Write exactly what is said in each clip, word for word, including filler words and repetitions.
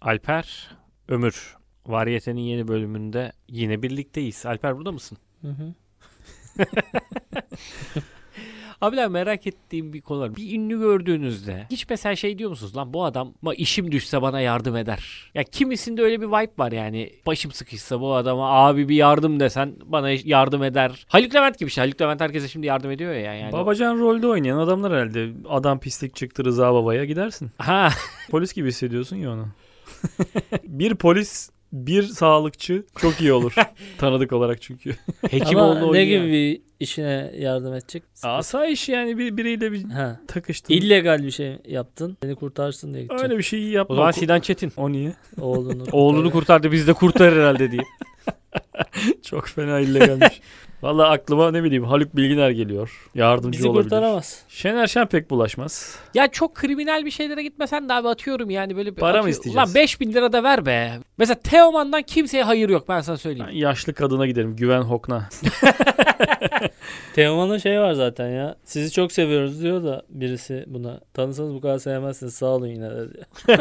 Alper, Ömür. Variyete'nin yeni bölümünde yine birlikteyiz. Alper burada mısın? Hı hı. Abiler merak ettiğim bir konu var. Bir ünlü gördüğünüzde hiç mesela şey diyor musunuz? Lan bu adam işim düşse bana yardım eder. Ya kimisinde öyle bir vibe var yani. Başım sıkışsa bu adama abi bir yardım desen bana yardım eder. Haluk Levent gibi şey. Haluk Levent herkese şimdi yardım ediyor ya. Yani. Babacan rolde oynayan adamlar herhalde. Adam pislik çıktı Rıza Baba'ya gidersin. Ha. Polis gibi hissediyorsun ya onu. Bir polis, bir sağlıkçı çok iyi olur. Tanıdık olarak çünkü. Hekim Ama oldu ne oynuyor. gibi bir işine yardım edecek? Asayiş yani bir, biriyle bir Ha. takıştın. İllegal bir şey yaptın. Seni kurtarsın diye gidecek. Öyle bir şey yapma. O zaman Sinan Çetin. O niye? Oğlunu, Oğlunu kurtardı biz de kurtarır herhalde diye. Çok fena illegalmiş. Vallahi aklıma ne bileyim Haluk Bilginer geliyor. Yardımcı bizi olabilir. kurtaramaz. Şener Şen pek bulaşmaz. Ya çok kriminal bir şeylere gitmesen de abi atıyorum yani böyle. Para mı atıyor. isteyeceğiz? Ulan beş bin lira da ver be. Mesela Teoman'dan kimseye hayır yok ben sana söyleyeyim. Ben yaşlı kadına giderim. Güven Hokna. Teoman'ın şey var zaten ya. Sizi çok seviyoruz diyor da birisi buna. Tanısanız bu kadar sevmezsiniz sağ olun yine de diyor.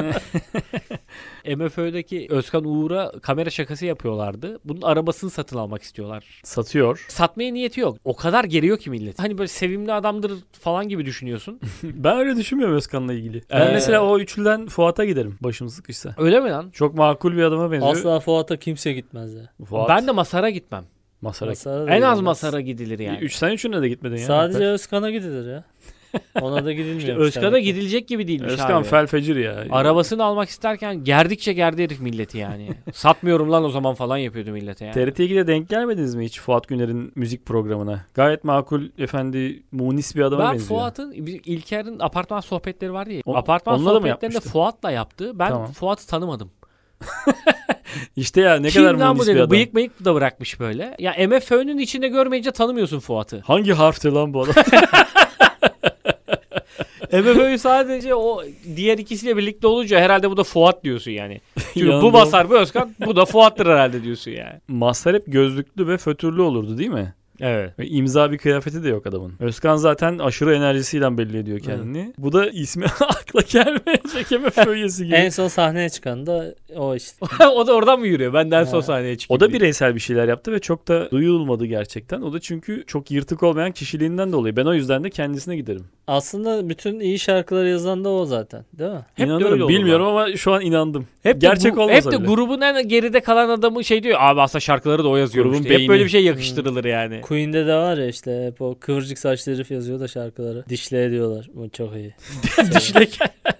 M F Ö'deki Özkan Uğur'a kamera şakası yapıyorlardı. Bunun arabasını satın almak istiyorlar. Satıyor. Satmaya niyeti yok. O kadar geriyor ki millet. Hani böyle sevimli adamdır falan gibi düşünüyorsun. Ben öyle düşünmüyorum Özkan'la ilgili. Ben Ee, mesela o üçlüden Fuat'a giderim başım sıkışsa. Öyle mi lan? Çok makul bir adama benziyor. Asla Fuat'a kimse gitmez ya. Fuat. Ben de Masar'a gitmem. Masara. Masara da En az gidilmez. Masar'a gidilir yani. Üç sen üçüne de gitmedin ya. Sadece Alper. Özkan'a gidilir ya. Ona da gidilmiyor. İşte Özkan'a gidilecek gibi değilmiş Özkan abi. felfecir ya. Arabasını almak isterken gerdikçe gerdi herif milleti yani. Satmıyorum lan o zaman falan yapıyordu millete yani. T R T ikide denk gelmediniz mi hiç Fuat Güner'in müzik programına? Gayet makul efendi, munis bir adama Ben benziyor. Fuat'ın, İlker'in apartman sohbetleri vardı ya. O- apartman onunla da mı sohbetlerinde yapmıştı? Fuat'la yaptı. Ben Tamam. Fuat'ı tanımadım. İşte ya ne Kim kadar lan bu munis bir dedi. adam. Bıyık bıyık da bırakmış böyle. Ya M F Ö'nün içinde görmeyince tanımıyorsun Fuat'ı. Hangi harfti lan bu adam? M F Ö'yü sadece o diğer ikisiyle birlikte olunca herhalde bu da Fuat diyorsun yani. Çünkü Yanında bu o- Masar bu Özkan bu da Fuat'tır herhalde diyorsun yani. Mazhar hep gözlüklü ve fötürlü olurdu değil mi? Evet. Ve imza bir kıyafeti de yok adamın. Özkan zaten aşırı enerjisiyle belli ediyor kendini. Bu da ismi akla gelmeyecek M F üyesi gibi. En son sahneye çıkan da o işte. O da oradan mı yürüyor? Ben de en son Ha. sahneye çıkayım O da diye. bireysel bir şeyler yaptı ve çok da duyulmadı gerçekten. O da çünkü çok yırtık olmayan kişiliğinden dolayı. Ben o yüzden de kendisine giderim. Aslında bütün iyi şarkıları yazan da o zaten. Değil mi? Hep de İnanırım. öyle olur Bilmiyorum ama şu an inandım. Hep de Gerçek bu- olmasa Hep de bile. grubun en geride kalan adamı şey diyor. Abi aslında şarkıları da o yazıyormuş. Grubun diye. Hep beyni. böyle bir şey yakıştırılır yani. Queen'de de var ya işte hep o kıvırcık saçlı herif yazıyor da şarkıları. Dişle ediyorlar. Bu çok iyi. Dişlek.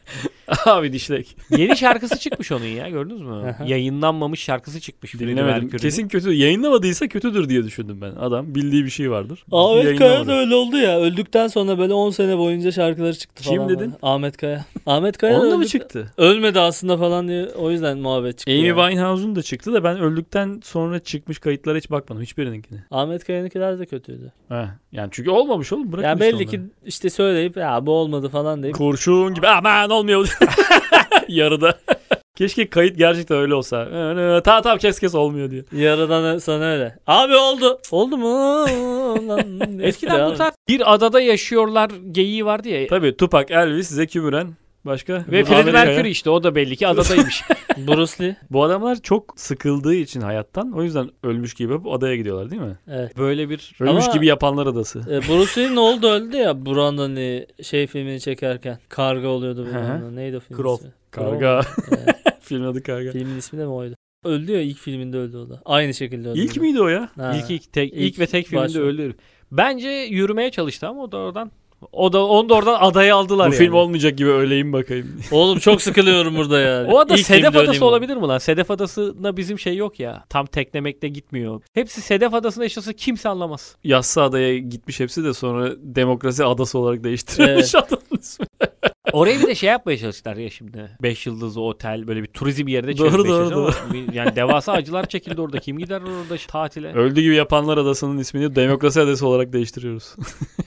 Abi dişlek. Yeni şarkısı çıkmış onun ya gördünüz mü? Aha. Yayınlanmamış şarkısı çıkmış. Freddie Dinlemedim. Mercury'nin. Kesin kötü. Yayınlamadıysa kötüdür diye düşündüm ben. Adam bildiği bir şey vardır. Ahmet Kaya Yayınlamadı. da öyle oldu ya. Öldükten sonra böyle on sene boyunca şarkıları çıktı Kim falan. dedin? böyle. Ahmet Kaya. Ahmet Kaya da Onun da mı öldük- çıktı? Ölmedi aslında falan diye o yüzden muhabbet çıktı. Amy yani. Winehouse'un da çıktı da ben öldükten sonra çıkmış kayıtlara hiç bakmadım. Hiçbirininkine. Ahmet Kaya'nınkiler de kötüydü. Heh. Yani çünkü olmamış oğlum. Bırakın Yani işte belli onları. ki işte söyleyip ya bu olmadı falan deyip. Kurşun gibi aman olmuyor. Yarıda. Keşke kayıt gerçekten öyle olsa. Tamam tamam kes kes olmuyor diye. Yarıdan sana öyle. Abi oldu. Oldu mu? Lan, Eskiden bu tarz bir adada yaşıyorlar geyiği vardı ya. Tabii Tupac, Elvis, Zeki Müren. Başka? Ve Ahmet Freddie Kaya. Mercury işte o da belli ki adadaymış. Bruce Lee. Bu adamlar çok sıkıldığı için hayattan o yüzden ölmüş gibi yapıp adaya gidiyorlar değil mi? Evet. Böyle bir Ölmüş Ama- gibi yapanlar adası. E, Bruce Lee ne oldu öldü ya Brandon Lee şey filmini çekerken. Karga oluyordu Hı hı. bunun. Neydi o film Crow. ismi? Karga. Crow mu? Evet. Filmin adı Karga. Filmin ismi de mi oydu? Öldü ya ilk filminde öldü o da. Aynı şekilde öldü. İlk miydi o ya? Ha. ilk ilk tek ilk, İlk ve tek filmde başrol. öldü. Bence yürümeye çalıştı ama o da oradan o da onu da oradan adaya aldılar Bu yani. film olmayacak gibi öleyim bakayım. Oğlum çok sıkılıyorum burada ya. O ada İlk Sedef filmde Adası öleyim olabilir mi lan? Sedef Adası'na bizim şey yok ya. Tam teklemekle gitmiyor. Hepsi Sedef Adası'nda yaşasa kimse anlamaz. Yassı adaya gitmiş hepsi de sonra demokrasi adası olarak değiştirilmiş adanın ismi. Orayı bir de şey yapmaya çalıştılar ya şimdi. Beş yıldızlı otel böyle bir turizm yerine Doğru, çevirmeye doğru, çalıştılar ama yani devasa acılar çekildi orada. Kim gider orada tatile? Öldü gibi yapanlar adasının ismini demokrasi adası olarak değiştiriyoruz.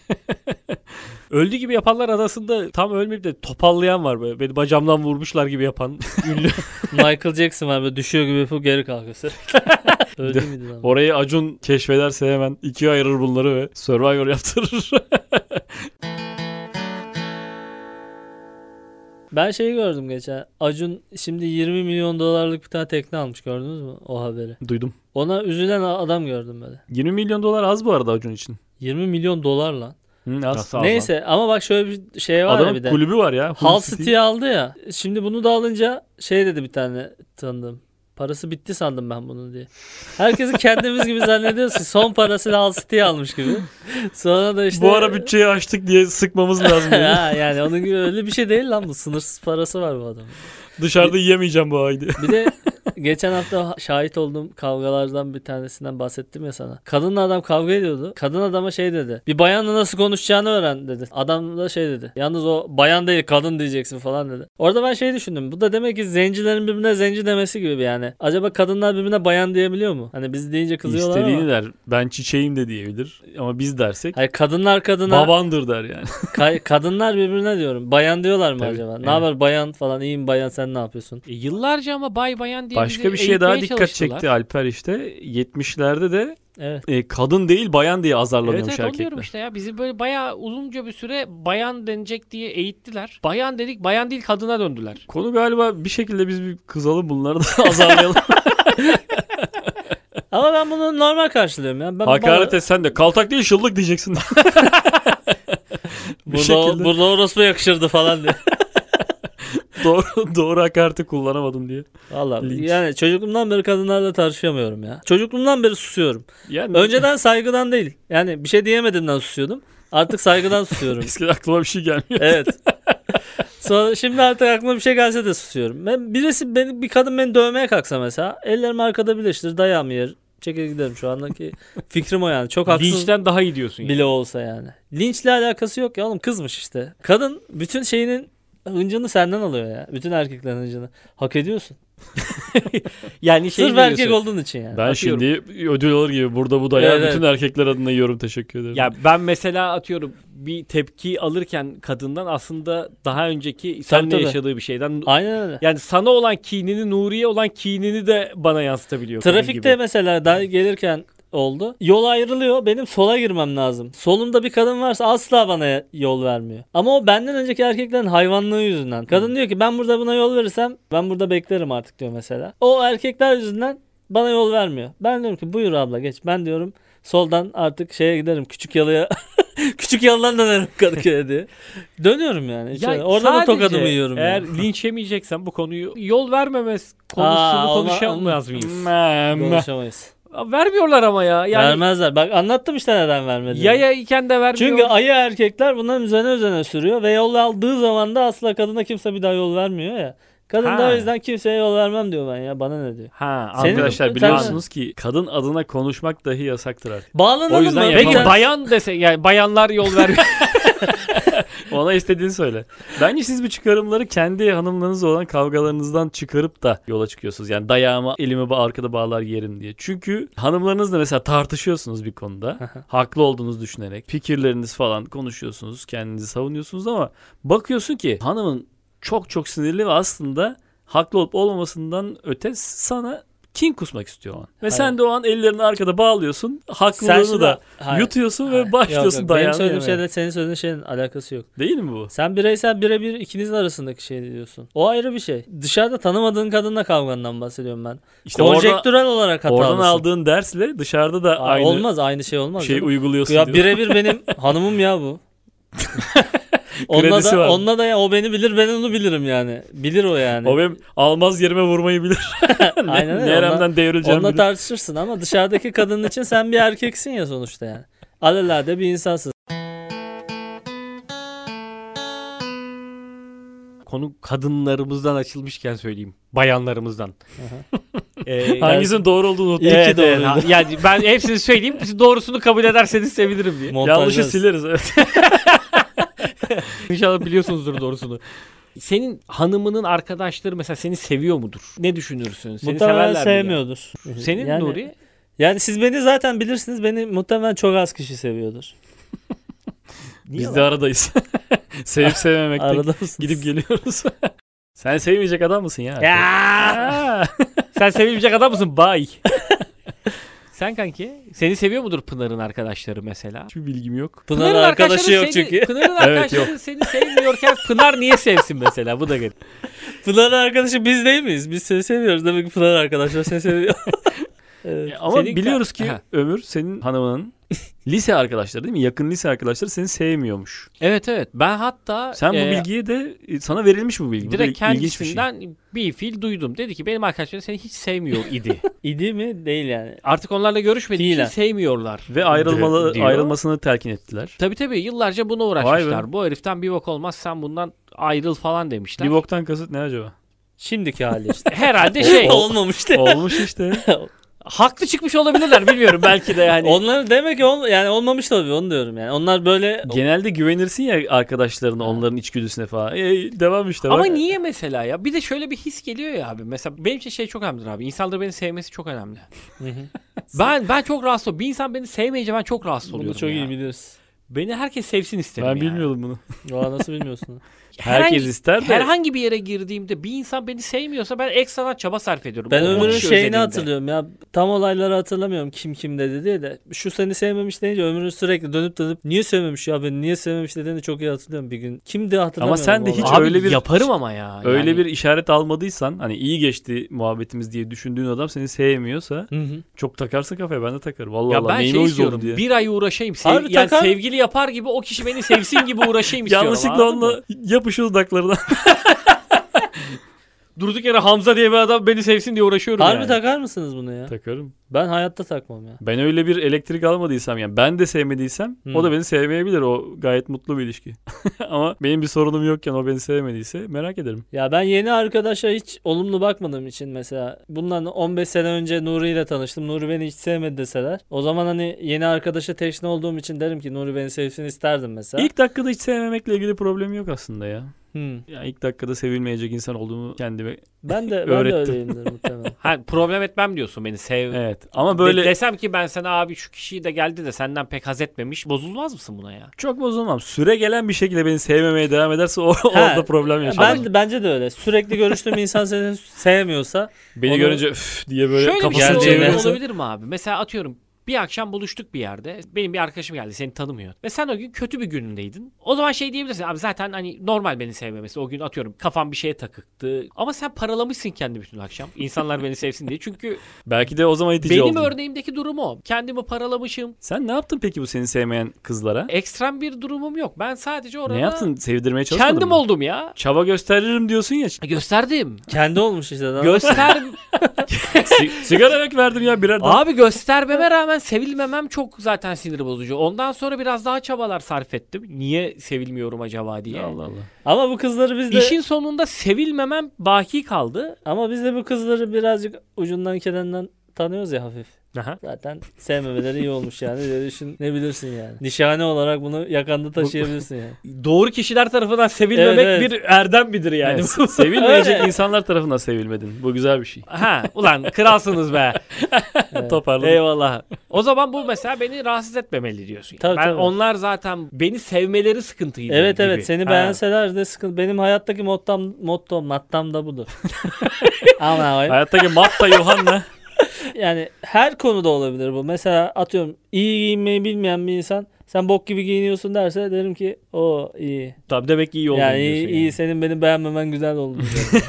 Öldü gibi yapanlar adasında tam ölmeyip de topallayan var böyle. Beni bacağımdan vurmuşlar gibi yapan ünlü. Michael Jackson var böyle düşüyor gibi yapıp geri kalkıyor. Öldü müydü lan? Orayı Acun keşfederse hemen ikiye ayırır bunları ve Survivor yaptırır. Ben şeyi gördüm geçen. Acun şimdi yirmi milyon dolarlık bir tane tekne almış, gördünüz mü o haberi? Duydum. Ona üzülen adam gördüm böyle. yirmi milyon dolar az bu arada Acun için. yirmi milyon dolar lan. Hı, az. Nasıl az Neyse ama bak şöyle bir şey var Adamın ya bir de. kulübü var ya. Hull City. City'yi aldı ya. Şimdi bunu da alınca şey dedi bir tane tanıdığım. Parası bitti sandım ben bunun diye. Herkesi kendimiz gibi zannediyoruz ki son parasıyla Hull City'yi almış gibi. Sonra da işte. Bu ara bütçeyi açtık diye sıkmamız lazım. diye. Ha, yani onun gibi öyle bir şey değil lan bu. Sınırsız parası var bu adamın. Dışarıda yiyemeyeceğim bu aydı. Bir de geçen hafta şahit olduğum kavgalardan bir tanesinden bahsettim ya sana. Kadınla adam kavga ediyordu. Kadın adama şey dedi. Bir bayanla nasıl konuşacağını öğren dedi. Adam da şey dedi. Yalnız o bayan değil kadın diyeceksin falan dedi. Orada ben şey düşündüm. Bu da demek ki zencilerin birbirine zenci demesi gibi yani. Acaba kadınlar birbirine bayan diyebiliyor mu? Hani biz deyince kızıyorlar İstediğini ama. der. Ben çiçeğim de diyebilir. Ama biz dersek Hayır, kadınlar kadına. babandır der yani. Ka- kadınlar birbirine diyorum. Bayan diyorlar mı Tabii, acaba? evet. Ne haber bayan falan, iyiyim bayan sen ne yapıyorsun? E, yıllarca ama bay bayan diye Başka bizi bir şeye daha eğitmeye dikkat çalıştılar. çekti Alper işte. yetmişlerde de Evet. e, kadın değil bayan diye Evet azarlanıyormuş evet onu diyorum erkekler. işte ya. Bizi böyle bayağı uzunca bir süre bayan denecek diye eğittiler. Bayan dedik, bayan değil kadına döndüler. Konu galiba bir şekilde biz bir kızalım bunları da azarlayalım. Ama ben bunu normal karşılıyorum ya. Ben Hakaret bana- etsen de kaltak değil şıllık diyeceksin. bir Burada, şekilde burada orospu yakışırdı falan diye. doğru, doğru hakareti kullanamadın diye. Valla Linç. yani çocukluğumdan beri kadınlarla tartışamıyorum ya. Çocukluğumdan beri susuyorum. Yani Önceden saygıdan değil. Yani bir şey diyemediğimden susuyordum. Artık saygıdan susuyorum. eskiden aklıma bir şey gelmiyor. Evet. Sonra şimdi artık aklıma bir şey gelse de susuyorum. Ben birisi beni bir kadın beni dövmeye kalksa mesela ellerimi arkada birleştirir, dayağımı yer. Çeker giderim şu andaki fikrim o yani. Çok haksız Linçten daha iyi diyorsun yani. bile olsa yani. Linçle alakası yok ya oğlum, kızmış işte. Kadın bütün şeyinin hıncını senden alıyor ya. Bütün erkeklerin hıncını. Hak ediyorsun. Yani şey Sırf erkek diyorsun. olduğun için yani. Ben Atıyorum. şimdi ödül alır gibi burada bu da ya Evet, bütün erkekler adına yiyorum, teşekkür ederim. Ya ben mesela atıyorum bir tepki alırken kadından aslında daha önceki Tabii, seninle tabii. yaşadığı bir şeyden Aynen öyle. yani sana olan kinini, Nuriye olan kinini de bana yansıtabiliyor. kadın Trafikte gibi. mesela daha gelirken oldu. Yol ayrılıyor. Benim sola girmem lazım. Solumda bir kadın varsa asla bana yol vermiyor. Ama o benden önceki erkeklerin hayvanlığı yüzünden. Kadın diyor ki ben burada buna yol verirsem ben burada beklerim artık diyor mesela. O erkekler yüzünden bana yol vermiyor. Ben diyorum ki buyur abla geç. Ben diyorum soldan artık şeye giderim. Küçük yalıya küçük yalıdan dönerim Kadıköy'e diye. Dönüyorum yani. Hiç Ya öyle. Orada da sadece tokadımı yiyorum. Eğer yani. linç yemeyeceksen bu konuyu yol vermemez konusunu Aa, olma- konuşamaz mıyız? Mem. Konuşamayız. Vermiyorlar ama ya. Yani Vermezler. Bak anlattım işte neden vermediğini. yaya iken de vermiyor. Çünkü ayı erkekler bunların üzerine üzerine sürüyor ve yol aldığı zaman da asla kadına kimse bir daha yol vermiyor ya. Kadın Ha. da o yüzden kimseye yol vermem diyor ben ya. Bana ne diyor. ha, Senin- Arkadaşlar Tabii. biliyorsunuz ki kadın adına konuşmak dahi yasaktır artık. Bağlanalım O yüzden mı? yapamam. Peki bayan dese yani bayanlar yol vermiyor. Ona istediğini söyle. Bence siz bu çıkarımları kendi hanımlarınızla olan kavgalarınızdan çıkarıp da yola çıkıyorsunuz. Yani dayağımı elimi ba- arkada bağlar yerim diye. Çünkü hanımlarınızla mesela tartışıyorsunuz bir konuda. Haklı olduğunuzu düşünerek. Fikirleriniz falan konuşuyorsunuz. Kendinizi savunuyorsunuz ama bakıyorsun ki hanımın çok çok sinirli ve aslında haklı olup olmamasından öte sana kin kusmak istiyor o an. Ve Hayır. sen de o an ellerini arkada bağlıyorsun. Sen Haklılığını şunu- da Hayır. yutuyorsun Hayır. ve başlıyorsun Yok, yok. Benim dayağını söylediğim yemeye. şeyle senin söylediğin şeyin alakası yok. Değil mi bu? Sen bireysel birebir ikinizin arasındaki şey diyorsun. O ayrı bir şey. Dışarıda tanımadığın kadınla kavgandan bahsediyorum ben. İşte orada, Konjektürel olarak hatalısın. oradan aldığın dersle dışarıda da Aa, aynı olmaz, aynı şey olmaz. şey canım. uyguluyorsun Ya diyor. birebir benim hanımım ya bu. onunla Kredisi da var. onunla da ya, o beni bilir, ben onu bilirim yani. Bilir o yani. O benim almaz yerime vurmayı bilir. Aynen öyle. Neremden Onunla, devrileceğimi onunla bilir. tartışırsın ama dışarıdaki kadının için sen bir erkeksin ya sonuçta yani. Alelade bir insansın. Konu kadınlarımızdan açılmışken söyleyeyim. Bayanlarımızdan. Ee, Hangisinin doğru olduğunu unuttum. İyi ki Evet, evet. doğruydu. Ha, yani ben hepsini söyleyeyim. Siz doğrusunu kabul ederseniz sevinirim diye. Montajlarız. Yanlışı sileriz evet. İnşallah biliyorsunuzdur doğrusunu. Senin hanımının arkadaşları mesela seni seviyor mudur? Ne düşünürsün? Seni Muhtemelen severler mi yani? sevmiyordur. Senin yani, Nuri? Yani siz beni zaten bilirsiniz. Beni muhtemelen çok az kişi seviyordur. Biz de aradayız. Sevip sevmemekte Arada mısınız? gidip geliyoruz. Sen sevmeyecek adam mısın ya? Ya! Sen sevilmeyecek adam mısın? Bay. Sen kanki seni seviyor mudur Pınar'ın arkadaşları mesela? Hiçbir bilgim yok. Pınar'ın arkadaşı arkadaşları yok seni- çünkü. Pınar'ın Evet, arkadaşları yok. seni sevmiyorken Pınar niye sevsin mesela? Bu da garip. Pınar'ın arkadaşı biz değil miyiz? Biz seni seviyoruz. Demek ki Pınar arkadaşlar seni seviyor. Evet. E, Ama Senin- biliyoruz ki Aha. Ömür senin hanımının lise arkadaşları değil mi? Yakın lise arkadaşları seni sevmiyormuş. Evet evet. Ben hatta Sen bu e, bilgiye de sana verilmiş bu bilgi. Bu da direkt ilginç bir şey. kendisinden bir fiil duydum. Dedi ki benim arkadaşlarım seni hiç sevmiyor idi. İdi mi? Değil yani. Artık onlarla görüşmediği için Fiilen. sevmiyorlar. Ve ayrılmalı diyor. ayrılmasını telkin ettiler. Tabii tabii yıllarca buna Vay uğraşmışlar. Bu heriften bir bok olmaz sen bundan ayrıl falan demişler. Bir boktan kasıt ne acaba? Şimdiki hali işte. Herhalde şey Olmamıştı. Olmuş işte. haklı çıkmış olabilirler bilmiyorum belki de yani. Onları demek ki ol, yani olmamış tabii onu diyorum yani. Onlar böyle Genelde güvenirsin ya arkadaşlarına, onların içgüdüsüne falan. E, devam işte. Ama bak. niye mesela ya? Bir de şöyle bir his geliyor ya abi. Mesela benim için şey çok önemlidir abi. İnsanların beni sevmesi çok önemli. ben ben çok rahatsız oluyorum. Bir insan beni sevmeyince ben çok rahatsız bunu oluyorum çok ya. iyi biliriz. Beni herkes sevsin isterim Ben yani. bilmiyordum bunu. Aa, nasıl bilmiyorsun? Herkes Herhangi- ister de. Herhangi bir yere girdiğimde bir insan beni sevmiyorsa ben ekstradan çaba sarf ediyorum. Ben O- o Ömür'ün kişi şeyini özelinde. hatırlıyorum ya. Tam olayları hatırlamıyorum kim kim dedi diye de. Şu seni sevmemiş deyince Ömür'ün sürekli dönüp dönüp niye sevmemiş ya beni niye sevmemiş dediğini çok iyi hatırlıyorum bir gün. Kimdi hatırlamıyorum. Ama sen de o hiç olayı. Abi öyle bir- yaparım ama ya. Öyle yani. bir işaret almadıysan, hani iyi geçti muhabbetimiz diye düşündüğün adam seni sevmiyorsa Hı hı. çok takarsın kafaya, ben de takarım. Vallahi Ya Allah ben neyine şey uyuz istiyorum. oldum diye. Bir ay uğraşayım. Sev, Abi yani takar- sevgili yapar gibi o kişi beni sevsin gibi uğraşayım istiyorum. Yanlışlıkla anladın mı? onunla yapışır dudaklarına. Durduk yere Hamza diye bir adam beni sevsin diye uğraşıyorum Harbi yani. takar mısınız bunu ya? Takarım. Ben hayatta takmam ya. Ben öyle bir elektrik almadıysam, yani ben de sevmediysem Hmm. o da beni sevmeyebilir. O gayet mutlu bir ilişki. Ama benim bir sorunum yokken o beni sevmediyse merak ederim. Ya ben yeni arkadaşa hiç olumlu bakmadığım için mesela bundan on beş sene önce Nuri ile tanıştım. Nuri beni hiç sevmedi deseler. O zaman hani yeni arkadaşa teşne olduğum için derim ki Nuri beni sevsin isterdim mesela. İlk dakikada hiç sevmemekle ilgili problem yok aslında ya. Hmm. Ya ilk dakikada sevilmeyecek insan olduğumu kendime. Ben de ben de Öğrettim. öyleyimdir muhtemelen. Ha, problem etmem diyorsun beni sev. Evet. Ama Böyle... böyle desem ki ben sana abi şu kişiyi de geldi de senden pek haz etmemiş. Bozulmaz mısın buna ya? çok bozulmam. Süre gelen bir şekilde beni sevmemeye devam ederse o, Ha, orada problem yaşarım. ben bence de öyle. Sürekli görüştüğüm insan seni sevmiyorsa Beni onu- görünce üf diye böyle Şöyle bir şey kafasını geleceğine- olabilir, çeviriyorsa. olabilir mi abi? Mesela atıyorum bir akşam buluştuk bir yerde. Benim bir arkadaşım geldi seni tanımıyor. Ve sen o gün kötü bir günündeydin. O zaman şey diyebilirsin abi zaten hani normal beni sevmemesi. O gün atıyorum kafam bir şeye takıktı. Ama sen paralamışsın kendi bütün akşam. İnsanlar beni sevsin diye. Çünkü Belki de o zaman itici benim oldun. örneğimdeki durum o. Kendimi paralamışım. Sen ne yaptın peki bu seni sevmeyen kızlara? Ekstrem bir durumum yok. Ben sadece orada Ne yaptın? Sevdirmeye çalışmadın kendim mı? oldum ya. Çaba gösteririm diyorsun ya. Gösterdim. kendi olmuş işte. daha- Göster Si- sigara yak verdim ya birer daha. Abi göstermeme rağmen sevilmemem çok zaten sinir bozucu. Ondan sonra biraz daha çabalar sarf ettim. Niye sevilmiyorum acaba diye. Allah Allah. Ama bu kızları biz de İşin sonunda sevilmemem baki kaldı. ama biz de bu kızları birazcık ucundan kenarından tanıyoruz ya hafif. Aha. Zaten sevmemeleri iyi olmuş yani diye düşünebilirsin yani. Nişane olarak bunu yakanda taşıyabilirsin yani. Doğru kişiler tarafından sevilmemek Evet, evet. bir erdem midir yani. Yani se- sevilmeyecek Öyle. insanlar tarafından sevilmedin. Bu güzel bir şey. Ha ulan kralsınız be. Evet. Toparladım. Eyvallah. O zaman bu mesela beni rahatsız etmemeli diyorsun. Tabii, ben tabii. onlar zaten beni sevmeleri sıkıntıydı Evet gibi. evet seni Ha. beğenseler de sıkıntı. Benim hayattaki mottom, mottom, mattam da budur. Ama Hayattaki Matta Yohanna. yani her konuda olabilir bu. Mesela atıyorum iyi giyinmeyi bilmeyen bir insan sen bok gibi giyiniyorsun derse derim ki o iyi. Tabii demek ki iyi oldu Yani diyorsun. iyi, yani. iyi senin beni beğenmemen güzel oldu.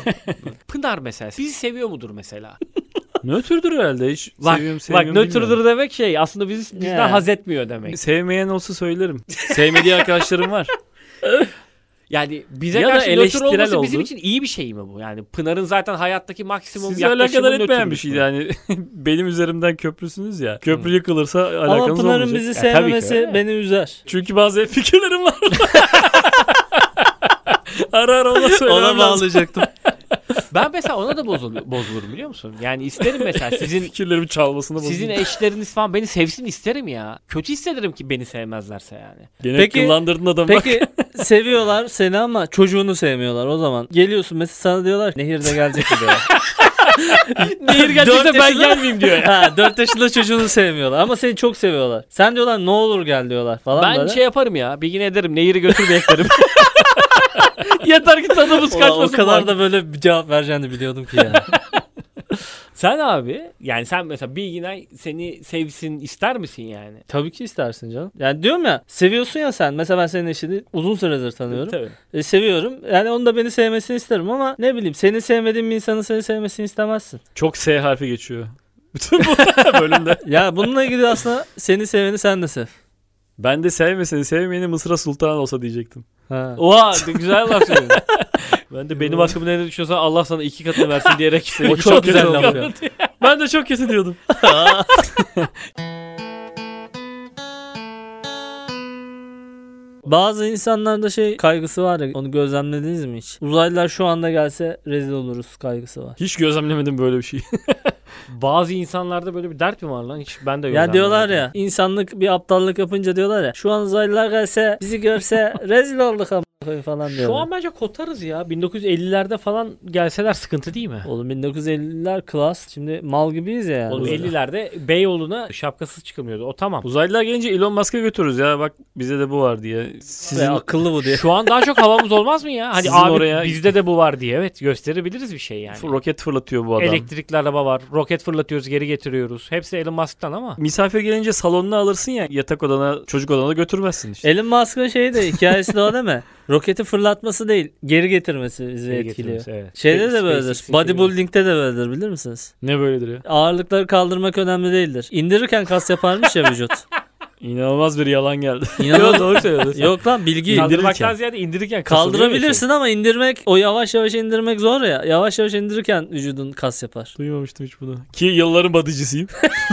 Pınar mesela bizi seviyor mudur mesela? Nötrdür herhalde. Hiç Bak, seviyorum bak sevmiyorum bilmiyorum. nötrdür demek şey aslında bizi, bizden Ya. haz etmiyor demek. Sevmeyen olsa söylerim. Sevmediği arkadaşlarım var. Yani bize Ya da karşı nötr eleştirel olması bizim oldu. için iyi bir şey mi bu? Yani Pınar'ın zaten hayattaki maksimum Sizi yaklaşımı alakadar etmeyen bir nötrmüş şey bu. yani. Benim üzerimden köprüsünüz ya. Köprü yıkılırsa Ama alakanız Pınar'ın olmayacak. bizi Ya tabii ki sevmemesi öyle. beni üzer. Çünkü bazı fikirlerim var. ara ara ona söylemem Ona lazım. bağlayacaktım. Ben mesela ona da bozul bozulurum biliyor musun? Yani isterim mesela sizin Fikirlerimi çalmasını sizin bozuldu. eşleriniz falan beni sevsin isterim ya. Kötü hissederim ki beni sevmezlerse yani. Gene Peki- kullandırdın adamı. Peki seviyorlar seni ama çocuğunu sevmiyorlar o zaman. Geliyorsun mesela sana diyorlar nehirde gelecek diyorlar. Nehir geldiyse ben gelmeyeyim diyor ya. Ha dört yaşında çocuğunu sevmiyorlar ama seni çok seviyorlar. Sen diyorlar ne olur gel diyorlar falan Ben böyle. şey yaparım ya. Bir gün ederim. Nehir'i götür beklerim. Yeter ki tadımız Ulan kaçmasın. o kadar bak. da böyle bir cevap vereceğini biliyordum ki ya. Sen abi yani sen mesela Bilginay seni sevsin ister misin yani? Tabii ki istersin canım. Yani diyorum ya, seviyorsun ya sen. Mesela ben senin eşini uzun süredir tanıyorum. Tabii. E, seviyorum. Yani onun da beni sevmesini isterim ama ne bileyim, seni sevmediğin bir insanın seni sevmesini istemezsin. Çok S harfi geçiyor. Bütün bu bölümde. Ya bununla ilgili aslında seni seveni sen de sev. Ben de sevmeseni sevmeyeni Mısır'a sultan olsa diyecektim. Ha. Oha güzel laf söyledin. Ben de benim hakkımda ne düşünüyorsan Allah sana iki katını versin diyerek O çok güzel laf ya. Ben de çok kötü diyordum. Bazı insanlarda şey kaygısı var ya, onu gözlemlediniz mi hiç? Uzaylılar şu anda gelse rezil oluruz kaygısı var. Hiç gözlemlemedim böyle bir şey. Bazı insanlarda böyle bir dert mi var lan? Hiç ben de Ya diyorlar ya, insanlık bir aptallık yapınca diyorlar ya, şu an uzaylılar gelse bizi görse rezil olduk ama falan diyorlar. Şu an bence kotarız ya. bin dokuz yüz ellilerde falan gelseler sıkıntı değil mi? Oğlum bin dokuz yüz elliler klas. Şimdi mal gibiyiz ya yani. Oğlum ellilerde Beyoğlu'na şapkasız çıkılmıyordu. O tamam. Uzaylılar gelince Elon Musk'a götürürüz ya. Bak bize de bu var diye. Sizin Ve akıllı bu diye. Şu an daha çok havamız olmaz mı ya? Hani Sizin abi oraya- bizde de bu var diye. Evet gösterebiliriz bir şey yani. roket fırlatıyor bu adam. Elektrikli araba var. Roket fırlatıyoruz, geri getiriyoruz. Hepsi Elon Musk'tan ama. Misafir gelince salonuna alırsın ya, yatak odana, çocuk odana götürmezsin işte. Elon Musk'ın şeyi de hikayesi de o değil mi? Roketi fırlatması değil, geri getirmesi bizi Geri etkiliyor. getiriyoruz, evet. Şeyde de SpaceX'in böyledir. gibi. Bodybuilding'de de böyledir, bilir misiniz? Ne böyledir ya? Ağırlıkları kaldırmak önemli değildir. İndirirken kas yaparmış ya vücut. İnanılmaz bir yalan geldi. İnanılmaz. Doğru söylüyorsun. Yok lan, bilgi. Kaldırmaktan ziyade indirirken kasılıyor ya Kaldırabilirsin ama indirmek, o yavaş yavaş indirmek zor ya. Yavaş yavaş indirirken vücudun kas yapar. Duymamıştım hiç bunu. Ki yılların batıcısıyım.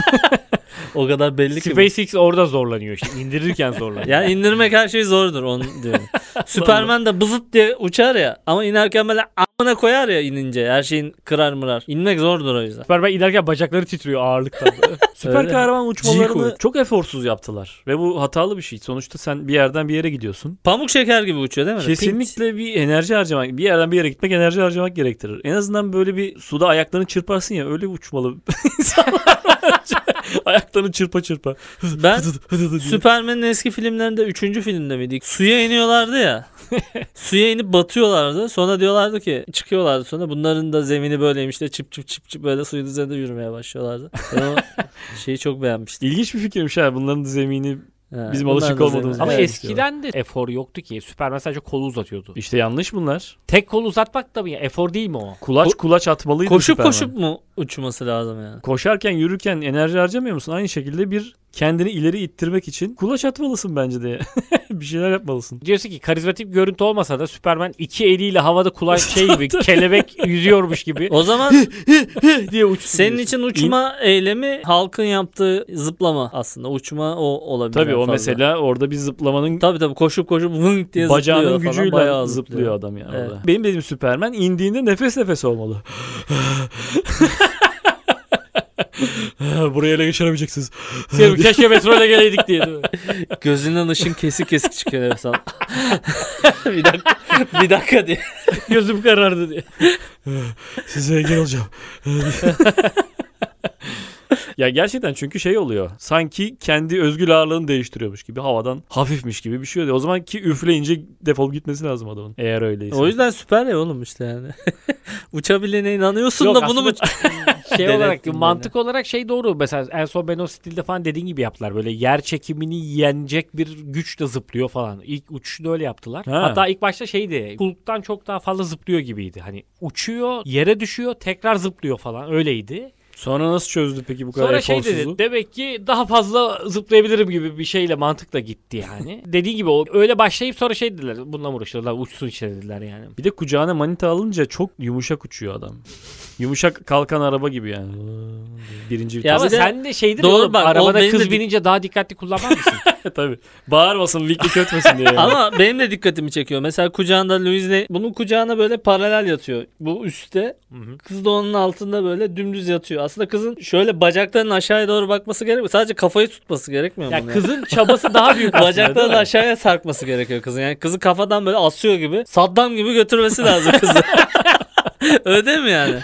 O kadar belli şey. ki. bu. SpaceX orada zorlanıyor işte. İndirirken zorlanıyor. Yani indirmek her şey zordur, onu diyorum. Superman de bızıt diye uçar ya, ama inerken böyle amına koyar ya inince. Her şeyin kırar mırar. İnmek zordur o yüzden. Superman inerken bacakları titriyor ağırlıktan. Süper Öyle. kahraman uçmalarını G-Kuvvet. çok eforsuz yaptılar. Ve bu hatalı bir şey. Sonuçta sen bir yerden bir yere gidiyorsun. Pamuk şeker gibi uçuyor değil mi? Kesinlikle bir enerji harcamak. Bir yerden bir yere gitmek enerji harcamak gerektirir. En azından böyle bir suda ayaklarını çırparsın ya, öyle uçmalı insanlar. Ayaklarını çırpa çırpa. Ben diye. Superman'in eski filmlerinde, üçüncü filmde miydik? Suya iniyorlardı ya. Suya inip batıyorlardı. Sonra diyorlardı ki, çıkıyorlardı sonra, bunların da zemini böyleymiş de çıp çıp çıp çıp böyle suyun üzerinde yürümeye başlıyorlardı. Ben o şeyi çok beğenmiştim. İlginç bir fikirmiş ha. Bunların da zemini Ha, Bizim bunlar alışık da olmadığımız zemini- Ama Evet. eskiden de efor yoktu ki. Superman sadece kolu uzatıyordu. işte yanlış bunlar. Tek kol uzatmak da mı ya? Efor değil mi o? Kulaç Ko- kulaç atmalıydı Koşup Superman. koşup mu uçması lazım yani? Koşarken yürürken enerji harcamıyor musun? Aynı şekilde bir kendini ileri ittirmek için kulaç atmalısın bence de. Bir şeyler yapmalısın. Diyorsun ki karizmatik bir görüntü olmasa da Superman iki eliyle havada kulak şey gibi kelebek yüzüyormuş gibi O zaman diye uçsun. senin diyorsun. için uçma eylemi halkın yaptığı zıplama aslında. Uçma o olabilir. Tabii en o fazla. mesela orada bir zıplamanın Tabii tabii, koşup koşup vınk diye bacağının zıplıyor falan. gücüyle Bayağı zıplıyor adam ya. Evet. orada. Benim dediğim Superman indiğinde nefes nefes olmalı. Buraya ele geçiremeyeceksiniz. Senin keşke metroyla geleydik diye değil mi? Gözünden ışın kesik kesik çıkıyor nefes al. bir dakika, bir dakika diye. Gözüm karardı diye. Size engel olacağım. Ya gerçekten çünkü şey oluyor. Sanki kendi özgül ağırlığını değiştiriyormuş gibi. Havadan hafifmiş gibi bir şey oluyor. O zaman ki üfleyince defol gitmesi lazım adamın. Eğer öyleyse. O yüzden süper ya oğlum işte yani. Uçabilene inanıyorsun Yok, da bunu mu... şey Denettim olarak beni. mantık olarak şey doğru. Mesela en son Ben of Steel'de falan dediğin gibi yaptılar. Böyle yer çekimini yenecek bir güçle zıplıyor falan. İlk uçuşta öyle yaptılar. Ha. Hatta ilk başta şeydi. Hulk'tan çok daha fazla zıplıyor gibiydi. Hani uçuyor, yere düşüyor, tekrar zıplıyor falan. Öyleydi. Sonra nasıl çözdü peki bu kadar Sonra şey eforsuzu? dedi. Demek ki daha fazla zıplayabilirim gibi bir şeyle mantıkla gitti yani. Dediği gibi o öyle başlayıp sonra şey dediler. Bununla mı uğraşıyorlar? Uçsun işte dediler yani. Bir de kucağına manita alınca çok yumuşak uçuyor adam. Yumuşak kalkan araba gibi yani. Birinci Ya vites. Ama bir de- sen de şeydir Doğru oğlum, bak, o arabada benim kız de- binince daha dikkatli kullanmaz mısın? Tabii. Bağırmasın, viklik ötmesin diye. Yani. Ama benim de dikkatimi çekiyor. Mesela kucağında Louis Lane, bunun kucağına böyle paralel yatıyor. Bu üstte. Kız da onun altında böyle dümdüz yatıyor. Aslında kızın şöyle bacaklarının aşağıya doğru bakması gerekmiyor. Sadece kafayı tutması gerekmiyor mu? Ya kızın çabası daha büyük aslında. Bacaklarını değil mi? aşağıya sarkması gerekiyor kızın. Yani kızı kafadan böyle asıyor gibi, Saddam gibi götürmesi lazım kızı. Öyle değil mi yani?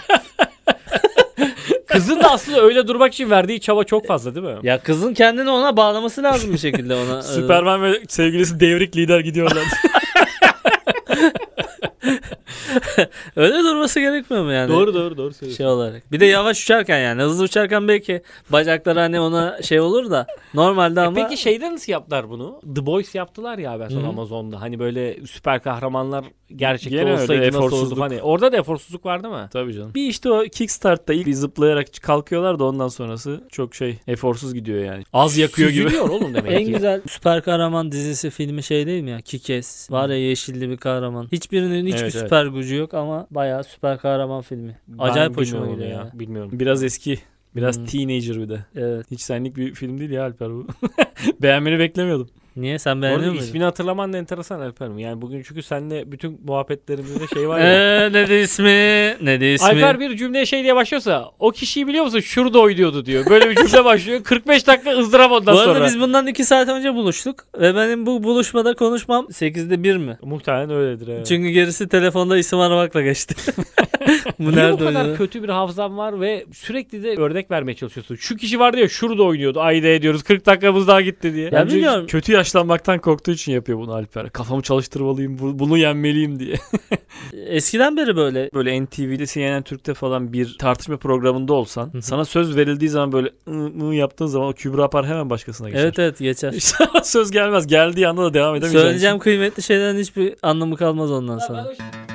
Kızın da aslında öyle durmak için verdiği çaba çok fazla değil mi? Ya kızın kendini ona bağlaması lazım bir şekilde ona. Süperman ve sevgilisi devrik lider gidiyorlar. Öyle durması gerekmiyor mu yani? Doğru doğru doğru söylüyorsun. Şey olarak. Bir de yavaş uçarken yani. Hızlı uçarken belki bacakları hani ona şey olur da normalde E ama peki şeyde nasıl yaptılar bunu? The Boys yaptılar ya ben Hı sonra hı. Amazon'da. Hani böyle süper kahramanlar gerçekte Gene öyle, olsaydı nasıl olurdu eforsuzluk. hani. Orada da eforsuzluk var değil mi? Tabii canım. Bir işte o Kickstart'ta ilk bir zıplayarak kalkıyorlar da ondan sonrası çok şey eforsuz gidiyor yani. Az yakıyor gibi. Süzülüyor oğlum demek en ki. güzel süper kahraman dizisi filmi şey değil mi ya? Kick-Ass. Var ya yeşilli bir kahraman. Hiçbirinin hiçbir Evet, evet. süper gücü yok ama bayağı süper kahraman filmi. Acayip Ben hoşuma bilmiyorum gidiyor ya. ya. Bilmiyorum. Biraz eski. Biraz Hmm. teenager bir de. Evet. Hiç senlik bir film değil ya Alper bu. Beğenmeni beklemiyordum. Niye sen Bu beğeniyor arada muydun? ismini hatırlaman da enteresan Alper'im. Yani bugün çünkü seninle bütün muhabbetlerimizde şey var ya. Eee ne de ismi? Ne de ismi? Alper bir cümleye şey diye başlıyorsa o kişiyi biliyor musun? Şurada oynuyordu diyor. Böyle bir cümle başlıyor. kırk beş dakika ızdırap ondan Bu arada sonra. biz bundan iki saat önce buluştuk ve benim bu buluşmada konuşmam sekizde bir mi? Muhtemelen öyledir. Evet. Çünkü gerisi telefonda isim aramakla geçti. Bu Niye bu nerede kadar oynuyor? kötü bir hafızam var ve sürekli de örnek vermeye çalışıyorsun. Şu kişi vardı ya şurada oynuyordu. Ayda ediyoruz. kırk dakikamız daha gitti diye. Ya Bence bilmiyorum. kötü yaşlanmaktan korktuğu için yapıyor bunu Alper. Kafamı çalıştırmalıyım, bu- bunu yenmeliyim diye. Eskiden beri böyle. Böyle N T V'de, C N N Türk'te falan bir tartışma programında olsan, Hı hı. sana söz verildiği zaman böyle ı ı yaptığın zaman o Kübra Par hemen başkasına geçer. Evet evet geçer. Sana söz gelmez. Geldiği anda da devam edemeyeceksin. Söyleyeceğim kıymetli şeylerin hiçbir anlamı kalmaz ondan sonra.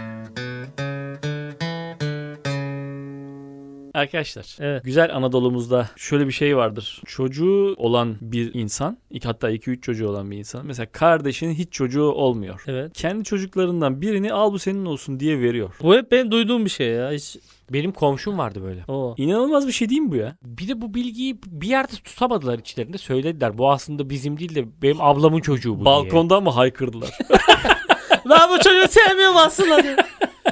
Arkadaşlar, Evet. güzel Anadolu'muzda şöyle bir şey vardır. Çocuğu olan bir insan, iki, hatta iki üç çocuğu olan bir insan. Mesela kardeşinin hiç çocuğu olmuyor. Evet. Kendi çocuklarından birini al bu senin olsun diye veriyor. Bu hep benim duyduğum bir şey ya. Hiç... Benim komşum vardı böyle. O. İnanılmaz bir şey değil mi bu ya? Bir de bu bilgiyi bir yerde tutamadılar içlerinde. Söylediler. Bu aslında bizim değil de benim ablamın çocuğu bu diye. Balkondan mı haykırdılar? Ben bu çocuğu sevmiyorum aslında. diye.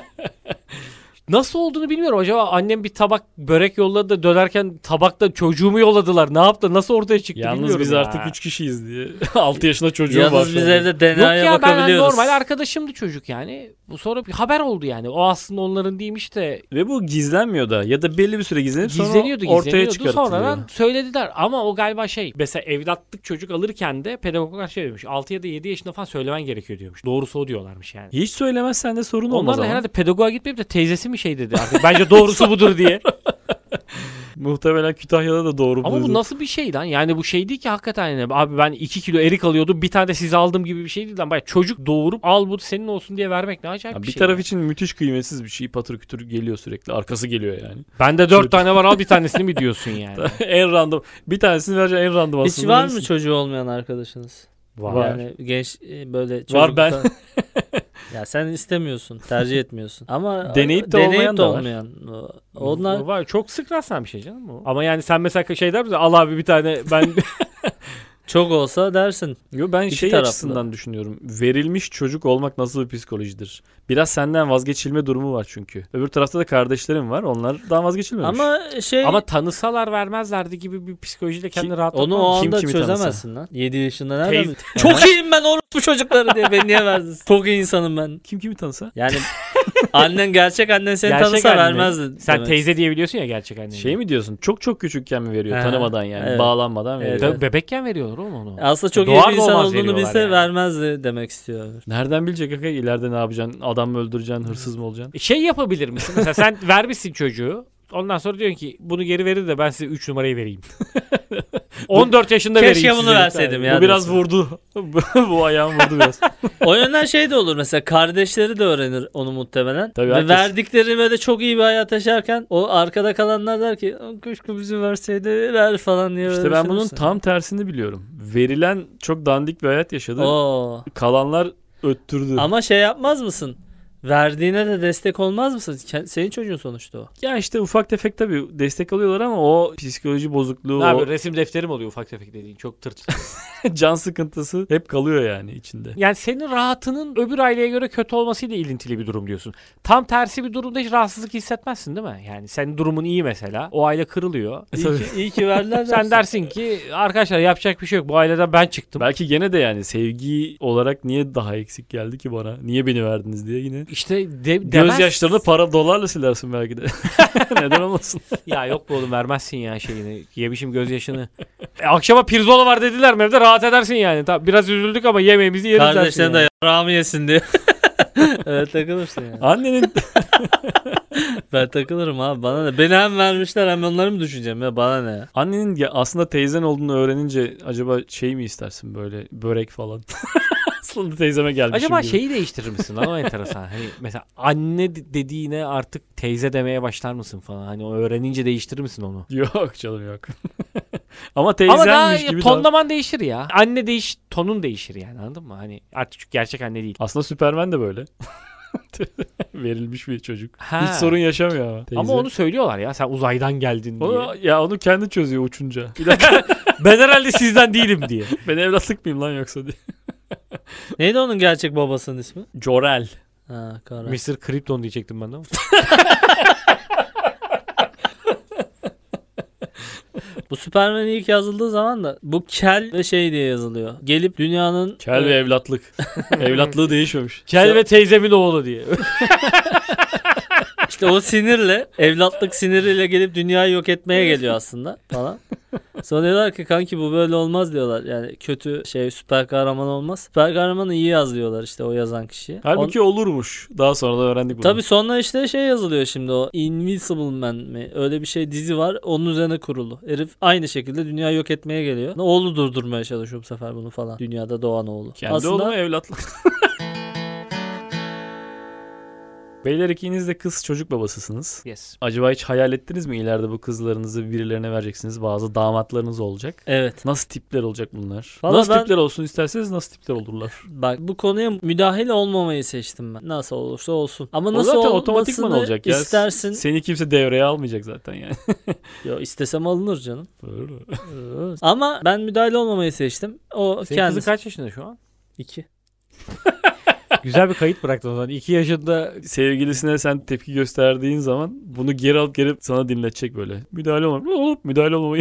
Nasıl olduğunu bilmiyorum. Acaba annem bir tabak börek yolladı da dönerken tabakta çocuğumu yolladılar. Ne yaptı? Nasıl ortaya çıktı Yalnız bilmiyorum biz ya. artık üç kişiyiz diye. altı yaşında çocuğu var. Yalnız biz evde D N A'ya Yok ya ben hani bakabiliyoruz. normal arkadaşımdı çocuk yani. Bu sonra bir haber oldu yani. O aslında onların değilmiş de Ve bu gizlenmiyor da. Ya da belli bir süre gizlenip sonra gizleniyordu ortaya gizleniyordu. çıkartılıyor. Sonradan söylediler ama o galiba şey. Mesela evlatlık çocuk alırken de pedagoglar şey demiş. altı ya da yedi yaşında falan söylemen gerekiyor diyormuş. Doğrusu o diyorlarmış yani. Hiç söylemezsen de sorun olmaz Onlar da ama. herhalde pedagoğa gitmeyip de teyzesi mi şey dedi artık. Bence doğrusu budur diye. Muhtemelen Kütahya'da da doğru Ama bu buldu. nasıl bir şey lan? Yani bu şey değil ki hakikaten yani. Abi ben iki kilo erik alıyordum. Bir tane de size aldım gibi bir şey değil lan. Baya çocuk doğurup al bu senin olsun diye vermek ne acayip Ya bir bir şey. taraf ya. için müthiş kıymetsiz bir şey. Patır kütür geliyor sürekli. Arkası geliyor yani. Bende dört tane var al bir tanesini mi diyorsun yani? En random. Bir tanesini vereceksin en random Hiç aslında. var mı Neyse. çocuğu olmayan arkadaşınız? Var. Yani genç e, böyle çocuk Var ben. Ya sen istemiyorsun, tercih etmiyorsun. Ama Deneyip de olmayan da var. olmayan. O- Onlar var. Çok sık rastlanan bir şey canım o. Ama yani sen mesela şey der misin? Al abi bir tane ben çok olsa dersin. Yo, ben İki şey taraflı. açısından düşünüyorum. Verilmiş çocuk olmak nasıl bir psikolojidir? Biraz senden vazgeçilme durumu var çünkü. Öbür tarafta da kardeşlerim var. Onlardan vazgeçilmemiş. Ama şey ama tanısalar vermezlerdi gibi bir psikolojiyle kendini Ki- rahatlatmam. onu o Kim anda kimi çözemezsin lan. yedi yaşında nereden Teyze- bil- Çok iyiyim ben orospu çocukları diye beni niye verdin? Çok iyi insanım ben. Kim kimi tanısa? Yani annen gerçek annen seni Gerçek tanısa annen. vermezdi. Sen demek. teyze diyebiliyorsun ya gerçek anneni. Şey mi diyorsun? Çok çok küçükken mi veriyor? Ha, Tanımadan yani. evet. Bağlanmadan veriyor. Evet. Tabii bebekken veriyorlar oğlum onu. Aslında çok iyi Doğar bir insan doğmaz olduğunu veriyorlar bilse yani. vermezdi demek istiyor. Nereden bilecek Akay? İleride ne yapacaksın? Adam mı öldüreceksin? Hırsız mı olacaksın? Şey yapabilir misin? Mesela sen vermişsin çocuğu. Ondan sonra diyorsun ki bunu geri verin de ben size üç numarayı vereyim. on dört yaşında vereyim Keşke bunu size. verseydim ya. Bu biraz diyorsun. vurdu. Bu ayağım vurdu biraz. O yönden şey de olur mesela kardeşleri de öğrenir onu muhtemelen. Tabii Ve herkes- verdikleri böyle çok iyi bir hayat yaşarken o arkada kalanlar der ki keşke bizi verseydi ver falan diye. İşte böyle ben bunun düşünürsün. tam tersini biliyorum. Verilen çok dandik bir hayat yaşadı. Oo. Kalanlar öttürdü. Ama şey yapmaz mısın? Verdiğine de destek olmaz mısın? Ke- Senin çocuğun sonuçta o. Ya işte ufak tefek tabii destek alıyorlar ama o psikoloji bozukluğu, Ne o abi resim defterim oluyor ufak tefek dediğin çok tırt. can sıkıntısı hep kalıyor yani içinde. Yani senin rahatının öbür aileye göre kötü olmasıyla ilintili bir durum diyorsun. Tam tersi bir durumda hiç rahatsızlık hissetmezsin değil mi? Yani senin durumun iyi mesela. O aile kırılıyor. İyi ki, iyi ki verdiler Sen dersin ki arkadaşlar yapacak bir şey yok. Bu aileden ben çıktım. Belki gene de yani sevgi olarak niye daha eksik geldi ki bana? Niye beni verdiniz diye yine. İşte de, demez. Gözyaşlarını para dolarla silersin belki de. Neden olmasın? Ya yok be oğlum vermezsin ya şeyini. Yemişim gözyaşını. E, akşama pirzola var dediler mi evde rahat edersin yani. Tabii biraz üzüldük ama yemeğimizi yeriz dersin Kardeşlerin yani. de yarağımı yesin diye. Evet takılırsın yani. Annenin Ben takılırım abi, bana ne. Beni hem vermişler hem onları mı düşüneceğim ya, bana ne ya. annenin ya aslında teyzen olduğunu öğrenince acaba şey mi istersin, böyle börek falan? Aslında teyzeme gelmişim Acaba gibi. şeyi değiştirir misin lan, o enteresan. Hani mesela anne dediğine artık teyze demeye başlar mısın falan. Hani o öğrenince değiştirir misin onu? Yok canım yok. Ama Ama daha teyzenmiş gibi daha... tonlaman değişir ya. Anne değiş, tonun değişir yani, anladın mı? Hani artık çünkü gerçek anne değil. Aslında Superman de böyle. Verilmiş bir çocuk. Ha. Hiç sorun yaşamıyor ama. Teyze. Ama onu söylüyorlar ya, sen uzaydan geldin diye. Onu, ya onu kendi çözüyor uçunca. Bir dakika, ben herhalde sizden değilim diye. Ben evlatlık mıyım lan yoksa diye. Neydi onun gerçek babasının ismi? Jor-El. Ha, Kara. mister Krypton diyecektim ben de ama. Bu Superman ilk yazıldığı zaman da bu kel ve şey diye yazılıyor. Gelip dünyanın... Kel ve evlatlık. Evlatlığı değişmemiş. Kel ve teyzemin oğlu diye. İşte o sinirle, evlatlık siniriyle gelip dünyayı yok etmeye geliyor aslında falan. Sonra diyorlar ki kanki bu böyle olmaz diyorlar. Yani kötü şey süper kahraman olmaz. Süper kahramanı iyi yaz diyorlar işte o yazan kişiye. Halbuki olurmuş. Daha sonra da öğrendik bunu. Tabii sonra işte şey yazılıyor şimdi, o Invincible Man mi? Öyle bir şey, dizi var. Onun üzerine kurulu. Herif aynı şekilde dünyayı yok etmeye geliyor. Oğlu durdurmaya çalışıyor bu sefer bunu falan. Dünyada doğan oğlu. Kendi Aslında... oğlu mu evlatlık? Beyler ikiniz de kız çocuk babasısınız. Yes. Acaba hiç hayal ettiniz mi ileride bu kızlarınızı birilerine vereceksiniz? Bazı damatlarınız olacak. Evet. Nasıl tipler olacak bunlar? Vallahi nasıl ben- tipler olsun isterseniz nasıl tipler olurlar? Bak bu konuya müdahil olmamayı seçtim ben. Nasıl olursa olsun. Ama O nasıl zaten olmasını otomatikman olacak ya. istersin. Seni kimse devreye almayacak zaten yani. Yo, istesem alınır canım. Ama ben müdahil olmamayı seçtim. O Senin kendisi. kızın kaç yaşında şu an? İki. Güzel bir kayıt bıraktın o zaman. iki yaşında Sevgilisine sen tepki gösterdiğin zaman bunu geri alıp gelip sana dinletecek böyle. Müdahale olmamayı. Müdahale olmamayı.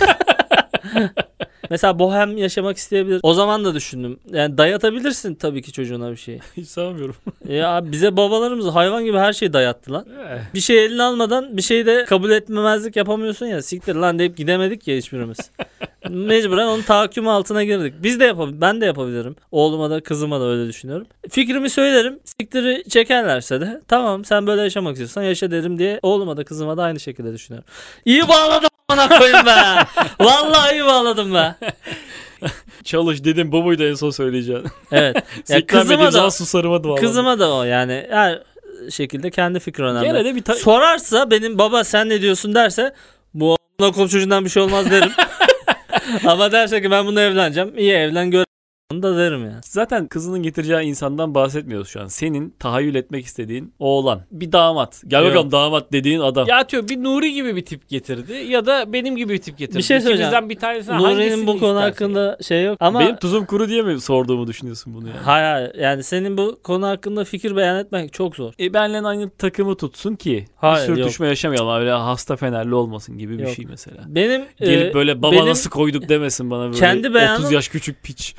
Mesela bohem yaşamak isteyebilir. O zaman da düşündüm. Yani dayatabilirsin tabii ki çocuğuna bir şey. Hiç sanmıyorum. Ya bize babalarımız hayvan gibi her şeyi dayattı lan. Bir şey eline almadan bir şey de kabul etmemezlik yapamıyorsun ya. Siktir lan deyip gidemedik ya hiçbirimiz. Mecburen onun tahakkümü altına girdik. Biz de yapabiliriz. Ben de yapabilirim. Oğluma da kızıma da öyle düşünüyorum. Fikrimi söylerim. Siktiri çekerlerse de tamam sen böyle yaşamak istiyorsan yaşa derim diye oğluma da kızıma da aynı şekilde düşünüyorum. İyi bağladım bana koyun be. Vallahi iyi bağladım be. Çalış dedim, bu muydu en son söyleyeceğin? Evet. Ya Siklenmediğim kızıma zaman da susarıma dualarım. kızıma da o yani her şekilde kendi fikri önemli. Gene de bir ta- Sorarsa benim baba sen ne diyorsun derse bu a**ına koyayım çocuğundan bir şey olmaz derim. Ama derse ki ben bunu evleneceğim. İyi evlen gör onu da derim yani. Zaten kızının getireceği insandan bahsetmiyoruz şu an. Senin tahayyül etmek istediğin oğlan. Bir damat. Gel Yok. bakalım damat dediğin adam. ya atıyor bir Nuri gibi bir tip getirdi ya da benim gibi bir tip getirdi. Bir şey söyleyeceğim. İkimizden bir tanesine Nuri'nin hangisini bu konu istersin? hakkında şey yok ama Benim tuzum kuru diye mi sorduğumu düşünüyorsun bunu yani? hayır, hayır yani senin bu konu hakkında fikir beyan etmek çok zor. E benle aynı takımı tutsun ki Hayır, bir sürtüşme yaşamayalım. Öyle hasta fenerli olmasın gibi bir Yok. şey mesela. Benim Gelip e, böyle baba benim nasıl koyduk demesin bana böyle kendi beyanım- otuz yaş küçük piç.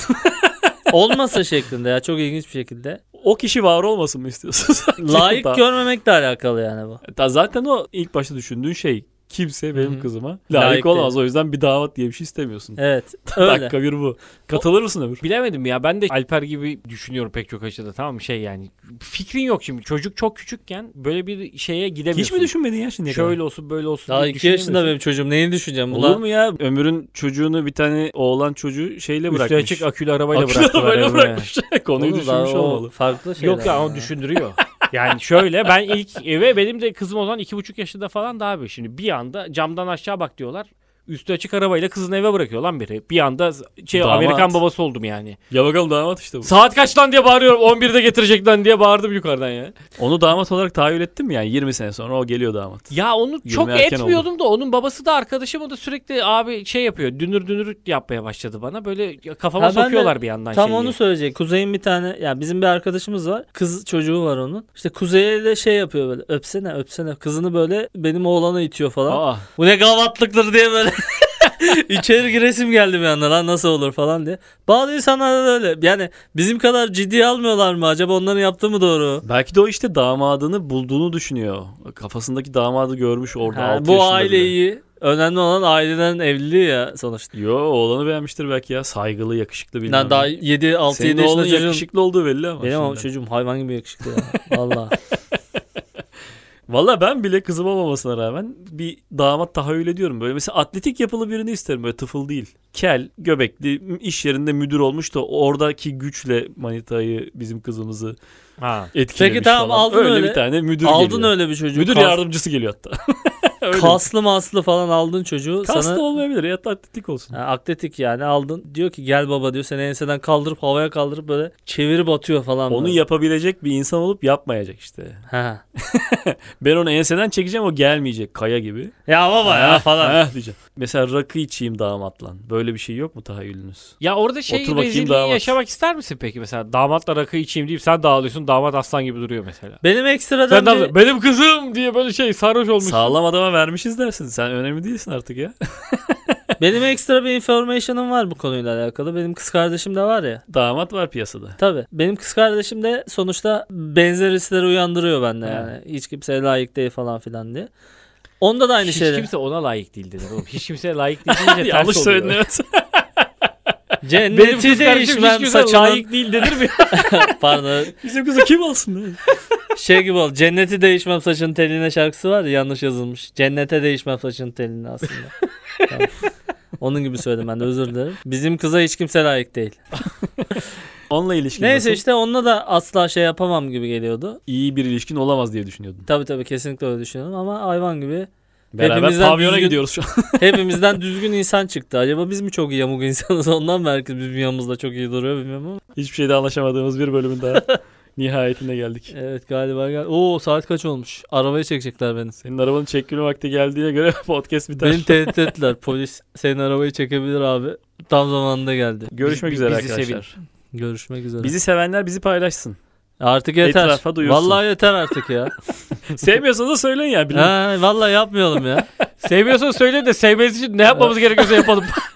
olmasa şeklinde ya çok ilginç bir şekilde. O kişi var olmasın mı istiyorsun? Layık Daha- görmemekle alakalı yani bu. Ta zaten o ilk başta düşündüğün şey. Kimse benim Hı hı. kızıma layık, Layık olamaz. O yüzden bir damat diye bir şey istemiyorsun. Evet öyle. Dakika bir bu. Katılır mısın Ömür? Bilemedim ya, ben de Alper gibi düşünüyorum pek çok açıda, tamam mı, şey yani fikrin yok şimdi, çocuk çok küçükken böyle bir şeye gidemiyorsun. Hiç mi düşünmedin ya şimdiye kadar? Şöyle olsun böyle olsun Daha diye iki yaşında düşünemiyorsun. benim çocuğum neyini düşüneceğim? Olur Ulan mu ya? Ömür'ün çocuğunu bir tane oğlan çocuğu şeyle Üstü bırakmış. açık akülü arabayla Akülü bıraktılar arabayla evine. bırakmış. Konuyu oğlum daha düşünmüş o olmalı. farklı şeyler. Yok ya, onu düşündürüyor. Yani şöyle, ben ilk eve, benim de kızım o zaman iki buçuk yaşında falan da abi. Şimdi bir anda camdan aşağı bak diyorlar. Üstü açık arabayla kızını eve bırakıyor lan biri. Bir anda şey Damat. Amerikan babası oldum yani. Ya bakalım damat işte bu. Saat kaç lan diye bağırıyorum. on birde getirecek lan diye bağırdım yukarıdan ya. Onu damat olarak tahayyül ettin mi yani? yirmi sene sonra o geliyor damat. Ya onu çok erken etmiyordum da onun babası da arkadaşım, o da sürekli abi şey yapıyor. Dünür dünür yapmaya başladı bana. Böyle kafama Ha, ben de sokuyorlar bir yandan Tam şeyi. onu söyleyecek. Kuzey'in bir tane ya bizim bir arkadaşımız var. Kız çocuğu var onun. İşte Kuzey'e de şey yapıyor böyle. Öpsene öpsene. Kızını böyle benim oğlana itiyor falan. Aa, Bu ne gavatlıktır diye böyle. İçeri giresim geldi bir anda lan nasıl olur falan diye. Bazı insanlar da öyle. Yani bizim kadar ciddiye almıyorlar mı? Acaba onların yaptığı mı doğru? belki de o işte damadını bulduğunu düşünüyor. Kafasındaki damadı görmüş orada Ha, altı bu yaşında bile. aileyi Önemli olan ailelerin evliliği ya sonuçta. Yo, oğlanı beğenmiştir belki ya. Saygılı, yakışıklı bilmem Yani daha ne. yedi altı yedi Senin oğlun yaşında çocuğun. yakışıklı olduğu belli ama. Benim ama şimdiden. çocuğum hayvan gibi yakışıklı ya. Valla. Valla ben bile kızım olmamasına rağmen bir damat tahayyül ediyorum. Böyle mesela atletik yapılı birini isterim. Böyle tıfıl değil. Kel, göbekli, iş yerinde müdür olmuş da oradaki güçle manitayı, bizim kızımızı Ha. etkilemiş Peki tamam, falan. aldın öyle. öyle. bir tane müdür Aldın geliyor. öyle bir çocuğu. Müdür Kas- yardımcısı geliyor hatta. Öyle. Kaslı maslı falan aldın çocuğu. Kaslı sana olmayabilir ya da atletik olsun. Ha, atletik yani aldın. Diyor ki gel baba diyor. Seni enseden kaldırıp havaya kaldırıp böyle çevirip atıyor falan. Onu böyle. yapabilecek bir insan olup yapmayacak işte. Ha. Ben onu enseden çekeceğim, o gelmeyecek kaya gibi. Ya baba ya Ha, falan. ha diyeceğim. Mesela rakı içeyim damatla. Böyle bir şey yok mu tahayyülünüz? Ya orada şey Otur bakayım rezilliği damat. yaşamak ister misin peki? Mesela damatla rakı içeyim deyip sen dağılıyorsun, damat aslan gibi duruyor mesela. Benim ekstradan Sen bir... de benim kızım diye böyle şey sarhoş olmuşsun. Sağlam adama vermişiz dersin. Sen önemli değilsin artık ya. benim ekstra bir information'ım var bu konuyla alakalı. Benim kız kardeşim de var ya. Damat var piyasada. Tabii. Benim kız kardeşim de sonuçta benzer hisleri uyandırıyor bende Ha. yani. Hiç kimseye layık değil falan filan diye. Onda da aynı Hiç şeyler. kimse ona layık değil denir oğlum. Hiç kimseye layık değil deyince ters Yanlış oluyor. söyledin evet. Benim Cenneti kız kardeşim hiç değişmem kimse saçının. layık değil denir mi? Pardon. Bizim kızı kim alsın? Şey gibi oldu. Cenneti değişmem saçın teline şarkısı var ya, yanlış yazılmış. Cennete değişmem saçın teline aslında. Tamam. Onun gibi söyledim ben de, özür dilerim. Bizim kıza hiç kimse layık değil. Onunla ilişkin Neyse nasıl? işte onunla da asla şey yapamam gibi geliyordu. İyi bir ilişkin olamaz diye düşünüyordum. Tabii tabii kesinlikle öyle düşünüyorum ama hayvan gibi. Beraber Hepimizden pavyona düzgün- gidiyoruz şu an. Hepimizden düzgün insan çıktı. Acaba biz mi çok yamuk insanız, ondan mı herkes bizim yanımızda çok iyi duruyor bilmiyorum ama. Hiçbir şeyde anlaşamadığımız bir bölümün daha nihayetine geldik. Evet galiba gel. Oo saat kaç olmuş? Arabayı çekecekler beni. Senin arabanın çekilme vakti geldiğine göre podcast biter. Beni tehdit ettiler. Polis senin arabayı çekebilir abi. Tam zamanında geldi. Görüşmek Biz- üzere bizi arkadaşlar. Görüşmek üzere. Bizi sevenler bizi paylaşsın. Artık yeter. Etrafa duyursun. Vallahi yeter artık ya. Sevmiyorsanız da söyleyin ya. Bilmiyorum. ha, vallahi yapmayalım ya. Sevmiyorsan söyle de sevmeniz için ne yapmamız gerekiyorsa yapalım.